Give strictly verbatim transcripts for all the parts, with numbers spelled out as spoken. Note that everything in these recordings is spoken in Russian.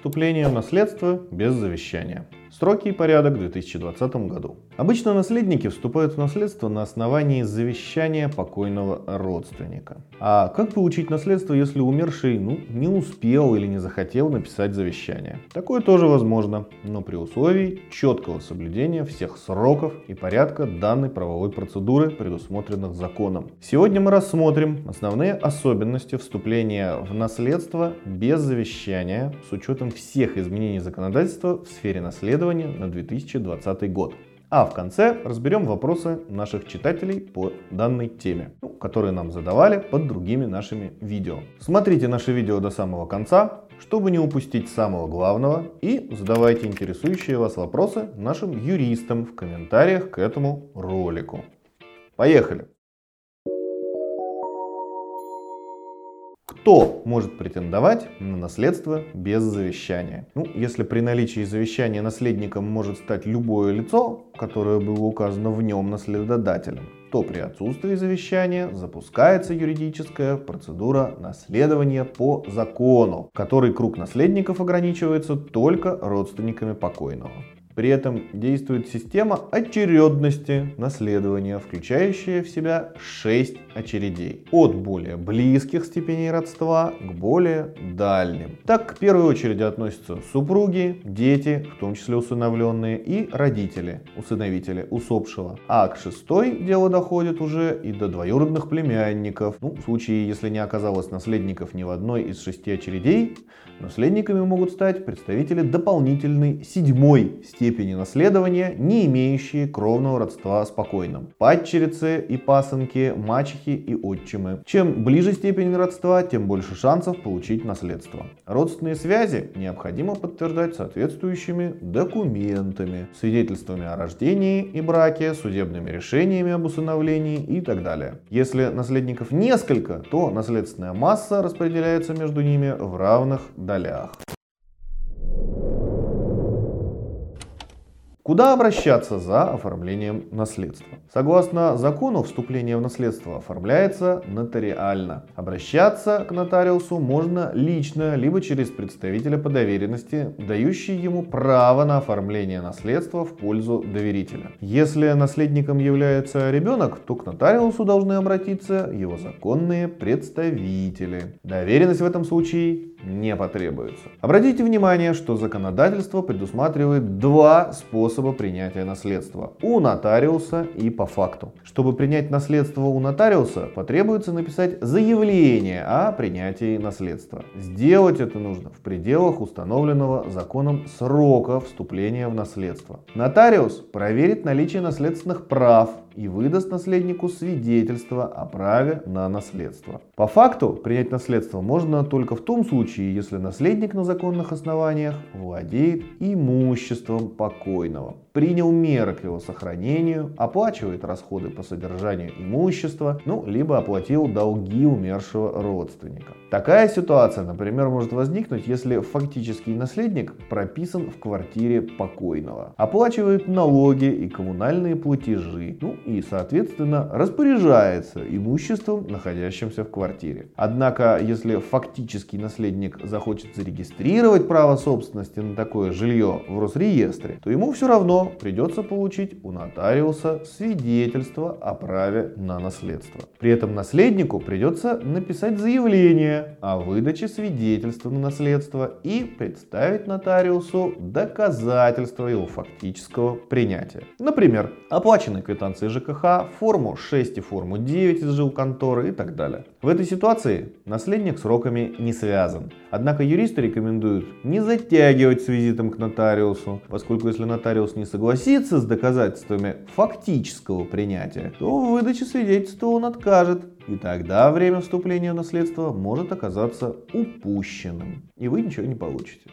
Вступление в наследство без завещания. Сроки и порядок в две тысячи двадцатом году. Обычно наследники вступают в наследство на основании завещания покойного родственника. А как получить наследство, если умерший ну, не успел или не захотел написать завещание? Такое тоже возможно, но при условии четкого соблюдения всех сроков и порядка данной правовой процедуры, предусмотренных законом. Сегодня мы рассмотрим основные особенности вступления в наследство без завещания с учетом всех изменений законодательства в сфере наследования на две тысячи двадцатый год. А в конце разберем вопросы наших читателей по данной теме, ну, которые нам задавали под другими нашими видео. Смотрите наши видео до самого конца, чтобы не упустить самого главного, и задавайте интересующие вас вопросы нашим юристам в комментариях к этому ролику. Поехали! Кто может претендовать на наследство без завещания? Ну, если при наличии завещания наследником может стать любое лицо, которое было указано в нем наследодателем, то при отсутствии завещания запускается юридическая процедура наследования по закону, в которой круг наследников ограничивается только родственниками покойного. При этом действует система очередности наследования, включающая в себя шесть очередей. От более близких степеней родства к более дальним. Так, к первой очереди относятся супруги, дети, в том числе усыновленные, и родители, усыновители усопшего. А к шестой дело доходит уже и до двоюродных племянников. Ну, в случае, если не оказалось наследников ни в одной из шести очередей, наследниками могут стать представители дополнительной седьмой степени степени наследования, не имеющие кровного родства с покойным. Падчерицы и пасынки, мачехи и отчимы. Чем ближе степень родства, тем больше шансов получить наследство. Родственные связи необходимо подтверждать соответствующими документами, свидетельствами о рождении и браке, судебными решениями об усыновлении и так далее. Если наследников несколько, то наследственная масса распределяется между ними в равных долях. Куда обращаться за оформлением наследства? Согласно закону, вступление в наследство оформляется нотариально. Обращаться к нотариусу можно лично, либо через представителя по доверенности, дающий ему право на оформление наследства в пользу доверителя. Если наследником является ребенок, то к нотариусу должны обратиться его законные представители. Доверенность в этом случае не потребуется. Обратите внимание, что законодательство предусматривает два способа принятия наследства: у нотариуса и по факту. Чтобы принять наследство у нотариуса, потребуется написать заявление о принятии наследства. Сделать это нужно в пределах установленного законом срока вступления в наследство. Нотариус проверит наличие наследственных прав и выдаст наследнику свидетельство о праве на наследство. По факту принять наследство можно только в том случае, если наследник на законных основаниях владеет имуществом покойного, принял меры к его сохранению, оплачивает расходы по содержанию имущества, ну, либо оплатил долги умершего родственника. Такая ситуация, например, может возникнуть, если фактический наследник прописан в квартире покойного, оплачивает налоги и коммунальные платежи, ну и, соответственно, распоряжается имуществом, находящимся в квартире. Однако, если фактический наследник захочет зарегистрировать право собственности на такое жилье в Росреестре, то ему все равно придется получить у нотариуса свидетельство о праве на наследство. При этом наследнику придется написать заявление о выдаче свидетельства на наследство и представить нотариусу доказательства его фактического принятия. Например, оплаченные квитанции ЖКХ, форму шесть и форму девять из жилконторы и так далее. В этой ситуации наследник сроками не связан. Однако юристы рекомендуют не затягивать с визитом к нотариусу, поскольку если нотариус не согласится с доказательствами фактического принятия, то в выдаче свидетельства он откажет. И тогда время вступления в наследство может оказаться упущенным, и вы ничего не получите.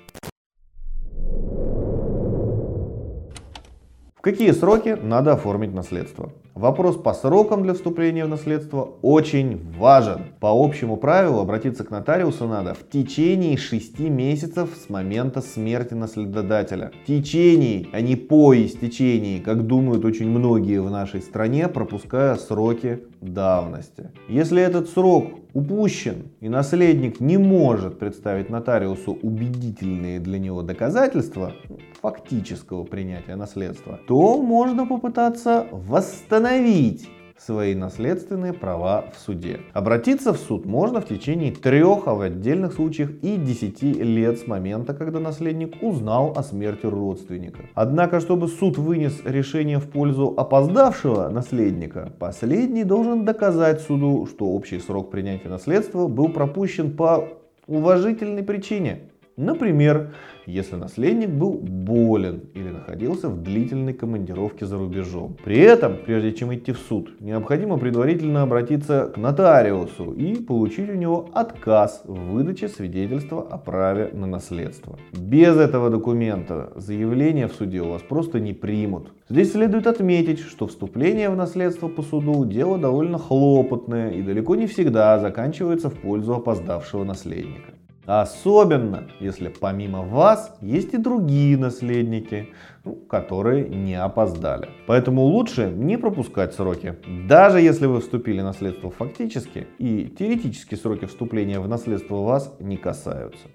В какие сроки надо оформить наследство? Вопрос по срокам для вступления в наследство очень важен. По общему правилу обратиться к нотариусу надо в течение шести месяцев с момента смерти наследодателя. В течение, а не по истечении, как думают очень многие в нашей стране, пропуская сроки давности. Если этот срок упущен и наследник не может представить нотариусу убедительные для него доказательства фактического принятия наследства, то можно попытаться восстановить свои наследственные права в суде. Обратиться в суд можно в течение трех, а в отдельных случаях и десяти лет с момента, когда наследник узнал о смерти родственника. Однако, чтобы суд вынес решение в пользу опоздавшего наследника, последний должен доказать суду, что общий срок принятия наследства был пропущен по уважительной причине. Например, если наследник был болен или находился в длительной командировке за рубежом. При этом, прежде чем идти в суд, необходимо предварительно обратиться к нотариусу и получить у него отказ в выдаче свидетельства о праве на наследство. Без этого документа заявление в суде у вас просто не примут. Здесь следует отметить, что вступление в наследство по суду дело довольно хлопотное и далеко не всегда заканчивается в пользу опоздавшего наследника. Особенно, если помимо вас есть и другие наследники, ну, которые не опоздали. Поэтому лучше не пропускать сроки. Даже если вы вступили в наследство фактически, и теоретически сроки вступления в наследство вас не касаются.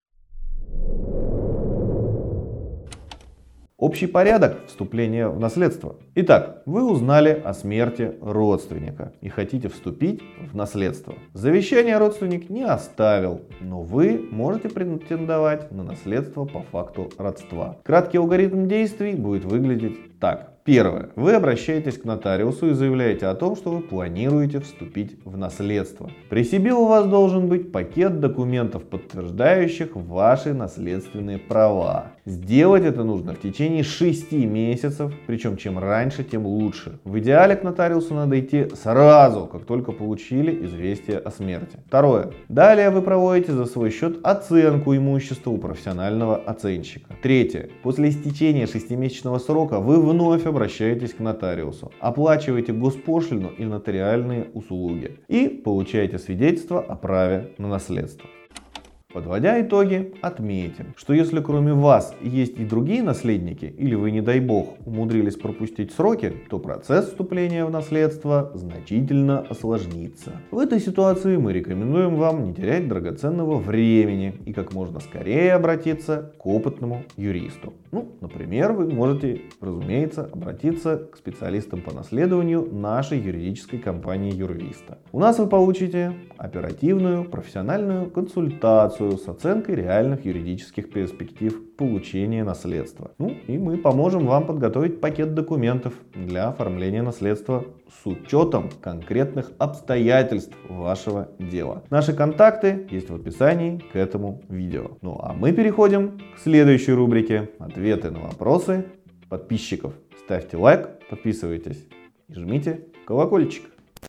Общий порядок вступления в наследство. Итак, вы узнали о смерти родственника и хотите вступить в наследство. Завещание родственник не оставил, но вы можете претендовать на наследство по факту родства. Краткий алгоритм действий будет выглядеть так. Первое. Вы обращаетесь к нотариусу и заявляете о том, что вы планируете вступить в наследство. При себе у вас должен быть пакет документов, подтверждающих ваши наследственные права. Сделать это нужно в течение шести месяцев, причем чем раньше, тем лучше. В идеале к нотариусу надо идти сразу, как только получили известие о смерти. Второе. Далее вы проводите за свой счет оценку имущества у профессионального оценщика. Третье. После истечения шестимесячного срока вы вновь обращаетесь к нотариусу, оплачиваете госпошлину и нотариальные услуги и получаете свидетельство о праве на наследство. Подводя итоги, отметим, что если кроме вас есть и другие наследники, или вы, не дай бог, умудрились пропустить сроки, то процесс вступления в наследство значительно осложнится. В этой ситуации мы рекомендуем вам не терять драгоценного времени и как можно скорее обратиться к опытному юристу. Ну, например, вы можете, разумеется, обратиться к специалистам по наследованию нашей юридической компании Юрвиста. У нас вы получите оперативную профессиональную консультацию с оценкой реальных юридических перспектив получения наследства. Ну и мы поможем вам подготовить пакет документов для оформления наследства с учетом конкретных обстоятельств вашего дела. Наши контакты есть в описании к этому видео. Ну а мы переходим к следующей рубрике «Ответы на вопросы подписчиков». Ставьте лайк, подписывайтесь и жмите колокольчик.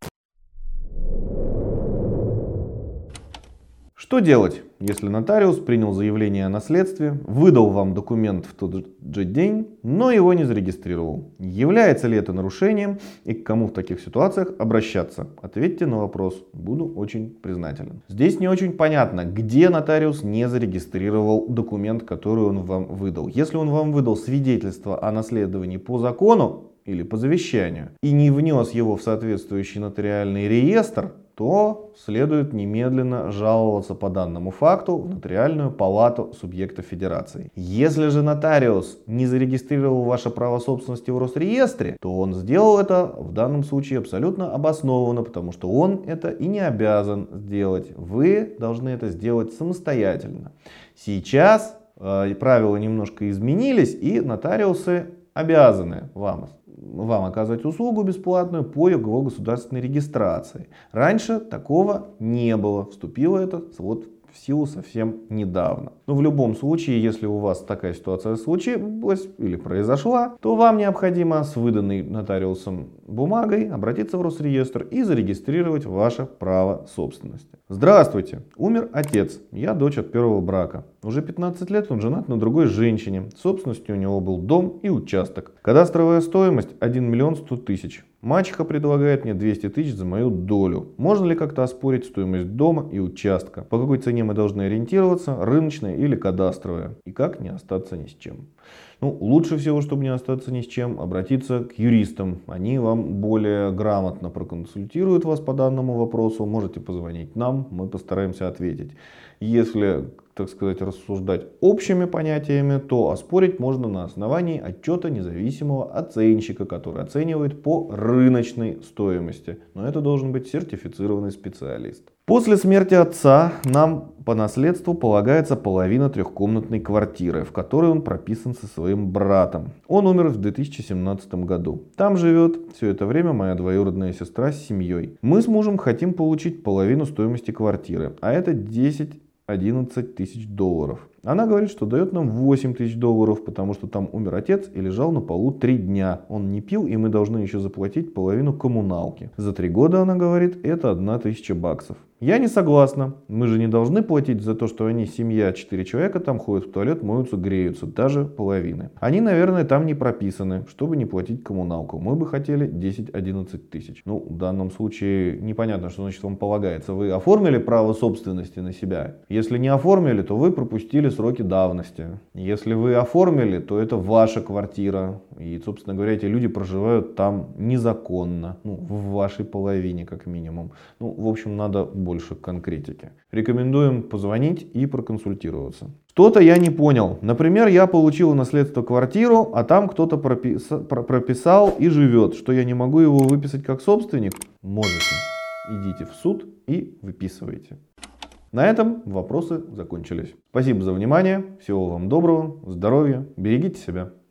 Что делать, если нотариус принял заявление о наследстве, выдал вам документ в тот же день, но его не зарегистрировал? Является ли это нарушением и к кому в таких ситуациях обращаться? Ответьте на вопрос, буду очень признателен. Здесь не очень понятно, где нотариус не зарегистрировал документ, который он вам выдал. Если он вам выдал свидетельство о наследовании по закону или по завещанию и не внес его в соответствующий нотариальный реестр, то следует немедленно жаловаться по данному факту в Нотариальную палату субъекта федерации. Если же нотариус не зарегистрировал ваше право собственности в Росреестре, то он сделал это в данном случае абсолютно обоснованно, потому что он это и не обязан сделать. Вы должны это сделать самостоятельно. Сейчас э, правила немножко изменились, и нотариусы обязаны вам вам оказывать услугу бесплатную по его государственной регистрации. Раньше такого не было. Вступило это вот в силу совсем недавно. Но в любом случае, если у вас такая ситуация случилась или произошла, то вам необходимо с выданной нотариусом бумагой обратиться в Росреестр и зарегистрировать ваше право собственности. Здравствуйте, умер отец, я дочь от первого брака. Уже пятнадцать лет он женат на другой женщине. Собственностью у него был дом и участок. Кадастровая стоимость один миллион сто тысяч. Мачеха предлагает мне двести тысяч за мою долю. Можно ли как-то оспорить стоимость дома и участка? По какой цене мы должны ориентироваться, рыночная или кадастровая? И как не остаться ни с чем? Ну, лучше всего, чтобы не остаться ни с чем, обратиться к юристам. Они вам более грамотно проконсультируют вас по данному вопросу. Можете позвонить нам, мы постараемся ответить. Если, так сказать, рассуждать общими понятиями, то оспорить можно на основании отчета независимого оценщика, который оценивает по рыночной стоимости. Но это должен быть сертифицированный специалист. После смерти отца нам по наследству полагается половина трехкомнатной квартиры, в которой он прописан со своим братом. Он умер в две тысячи семнадцатом году. Там живет все это время моя двоюродная сестра с семьей. Мы с мужем хотим получить половину стоимости квартиры, а это десять-одиннадцать тысяч долларов. Она говорит, что дает нам восемь тысяч долларов, потому что там умер отец и лежал на полу три дня. Он не пил, и мы должны еще заплатить половину коммуналки. За три года, она говорит, это одна тысяча баксов. Я не согласна. Мы же не должны платить за то, что они, семья, четыре человека, там ходят в туалет, моются, греются. Даже половины. Они, наверное, там не прописаны, чтобы не платить коммуналку. Мы бы хотели десять-одиннадцать тысяч. Ну, в данном случае непонятно, что значит вам полагается. Вы оформили право собственности на себя? Если не оформили, то вы пропустили сроки давности. Если вы оформили, то это ваша квартира. И, собственно говоря, эти люди проживают там незаконно. Ну, в вашей половине, как минимум. Ну, в общем, надо больше конкретики. Рекомендуем позвонить и проконсультироваться. Что-то я не понял. Например, я получил в наследство квартиру, а там кто-то пропис... прописал и живет. Что я не могу его выписать как собственник? Можете. Идите в суд и выписывайте. На этом вопросы закончились. Спасибо за внимание. Всего вам доброго, здоровья, берегите себя.